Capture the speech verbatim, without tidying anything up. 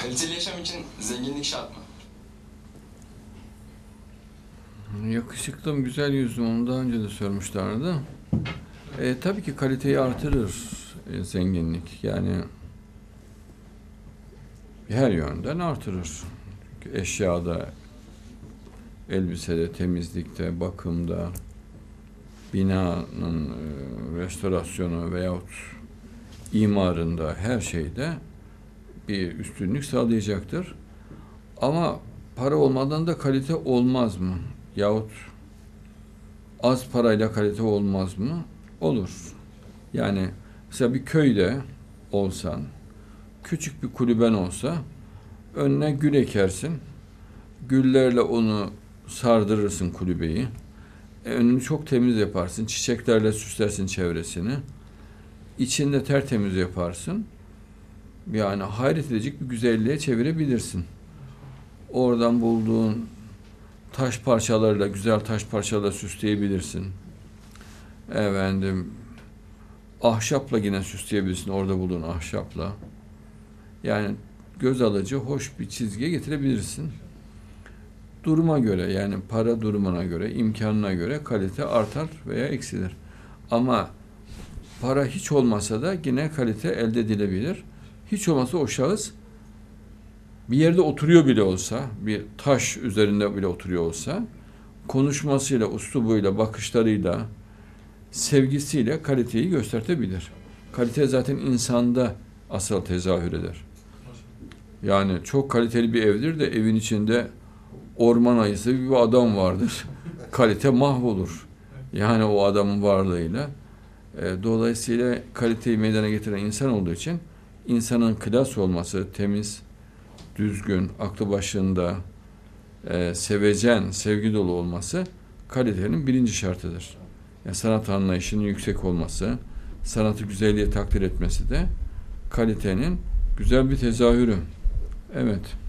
Kaliteli yaşam için zenginlik şart mı? Yakışıklım, güzel yüzlüm, onu daha önce de sormuşlardı. E, tabii ki kaliteyi artırır e, zenginlik. Yani her yönden artırır. Çünkü eşyada, elbisede, temizlikte, bakımda, binanın e, restorasyonu veyahut imarında, her şeyde bir üstünlük sağlayacaktır. Ama para olmadan da kalite olmaz mı? Yahut az parayla kalite olmaz mı? Olur. Yani mesela bir köyde olsan, küçük bir kulüben olsa, önüne gül ekersin, güllerle onu sardırırsın kulübeyi, e, önünü çok temiz yaparsın, çiçeklerle süslersin çevresini, içinde tertemiz yaparsın, yani hayret edecek bir güzelliğe çevirebilirsin. Oradan bulduğun taş parçalarıyla, güzel taş parçalarla süsleyebilirsin. Efendim, ahşapla yine süsleyebilirsin, orada bulduğun ahşapla. Yani göz alıcı, hoş bir çizgiye getirebilirsin. Duruma göre, yani para durumuna göre, imkanına göre kalite artar veya eksilir. Ama para hiç olmasa da yine kalite elde edilebilir. Hiç olmasa o şahıs bir yerde oturuyor bile olsa, bir taş üzerinde bile oturuyor olsa, konuşmasıyla, üslubuyla, bakışlarıyla, sevgisiyle kaliteyi göstertebilir. Kalite zaten insanda asıl tezahür eder. Yani çok kaliteli bir evdir de evin içinde orman ayısı gibi bir adam vardır. Kalite mahvolur. Yani o adamın varlığıyla. E, dolayısıyla kaliteyi meydana getiren insan olduğu için insanın klas olması, temiz, düzgün, aklı başında, e, sevecen, sevgi dolu olması kalitenin birinci şartıdır. Yani sanat anlayışının yüksek olması, sanatı güzelliğe takdir etmesi de kalitenin güzel bir tezahürü. Evet.